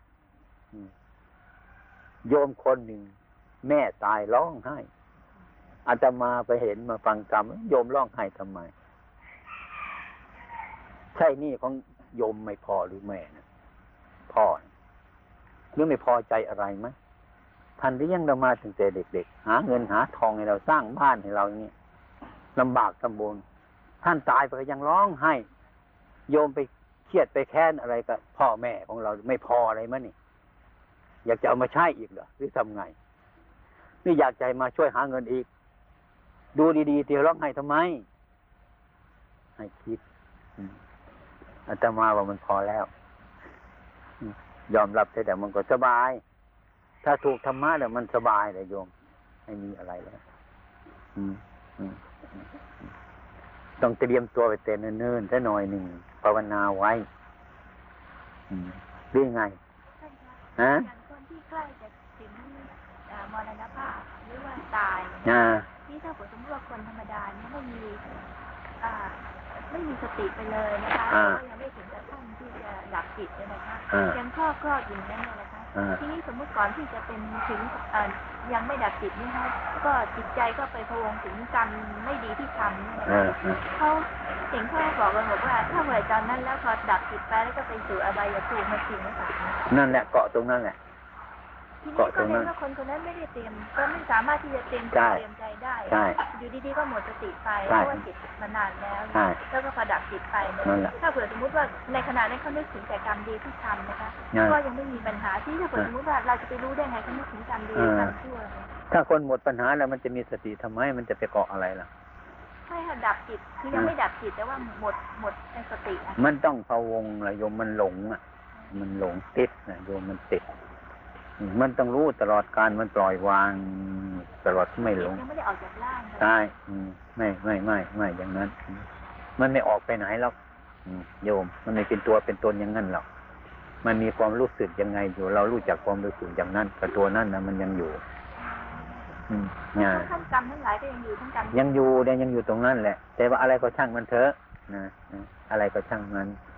Speaker 3: โยมคนหนึ่งแม่ตายร้องไห้อาตมาไปเห็นมาฟังกรรมโยมร้องไห้ทำไมใช่นี่ของโยมไม่พอหรือแม่นะพ่อหรือไม่พอใจอะไรไหมท่านเลี้ยงเรามาตั้งแต่เด็กๆหาเงินหาทองให้เราสร้างบ้านให้เราอย่างนี้ลำบากลำบนท่านตายไปก็ยังร้องไห้โยมไปเครียดไปแค้นอะไรกับพ่อแม่ของเราไม่พออะไรมั้ยนี่อยากจะเอามาใช้อีกเหรอหรือทำไงนี่อยากใจมาช่วยหาเงินอีกดูดีๆเดี๋ยวร้องไห้ทำไมให้คิดอาตมาว่ามันพอแล้วยอมรับแต่มันก็สบายถ้าถูกธรรมะเนี่ยมันสบายเลยโยมไม่มีอะไรแล้วต้องเตรียมตัวไปเต้นเนิ่นๆซะหน่อยหนึ่งภาวนาไว้เรื่องไงฮะ
Speaker 4: อย่างคนที่ใกล้จะถึงมรณภาพหรือว่าตายที่ถ้าสมมติว่าคนธรรมดาเนี่ยไม่มีสติไปเลยนะคะก็ยังไม่ถึงกับขั้นที่จะดับจิตเลยนะคะยังคลอดอยู่นั่นเลยนะคะทีนี้สมมติก่อนที่จะเป็นถึงยังไม่ดับจิตนี่ฮะก็จิตใจก็ไปพะวงถึงกรรมไม่ดีที่ทำนี่นะคะเขาเห็นเขาบอกกันบอกว่าถ้าเมื่อตอนนั้นแล้วพอดับจิตไปแล้วก็ไปสู่อบายภูมิมาจริงหรือเปล่า
Speaker 3: นั่นแหละเกาะตรงนั้นแหละ
Speaker 4: ทีนี้ก็เห็นว่าคนคนนั้นไม่ได้เตรียมก็ไม่สามารถที่จะเตรียมใจได้อยู่ดีๆก็หมดสติไปเพราะว่าจิตมานานแล้วแล้วก็พอดับจิตไปถ้าเผื่อสมมติว่าในขณะนั้นเขานึกถึงแต่กรรมดีที่ทำนะคะก็ยังไม่มีปัญหาที่ถ้าเผื่อสมมติว่าเราจะไปรู้ได้ไงเขานึกถึงกรรมดีกรรมชั่ว
Speaker 3: ถ้าคนหมดปัญหาแล้วมันจะมีสติทำไมมันจะไปเกาะอะไรล่ะ
Speaker 4: ใช่ค่ะดับจิตคือยังไม่ดับจิตแต่ว่าหมดในสติ
Speaker 3: มันต้องพะวงละโยมมันหลงมันหลงติดนะโยมมันติดมันต้องรู้ตลอดการมันปล่อยวางตลอดไม่หลง
Speaker 4: ยังไม่ได้ออกจากร่าง
Speaker 3: ใช่ไม่อย่างนั้นมันไม่ออกไปไหนหรอกโยมมันไม่เป็นตัวเป็นตนอย่างนั้นหรอกมันมีความรู้สึกยังไงอยู่เรารู้จักความรู้สึกอย่างนั้นกับตัวนั้นนะมันยังอยู่
Speaker 4: ทั้งกรรมทั้งหลายก็ยังอยู่ทั้งกรรม
Speaker 3: ยังอยู่ตรงนั้นแหละแต่ว่าอะไรก็ช่างมันเถอะนะอะไรก็ช่างมัน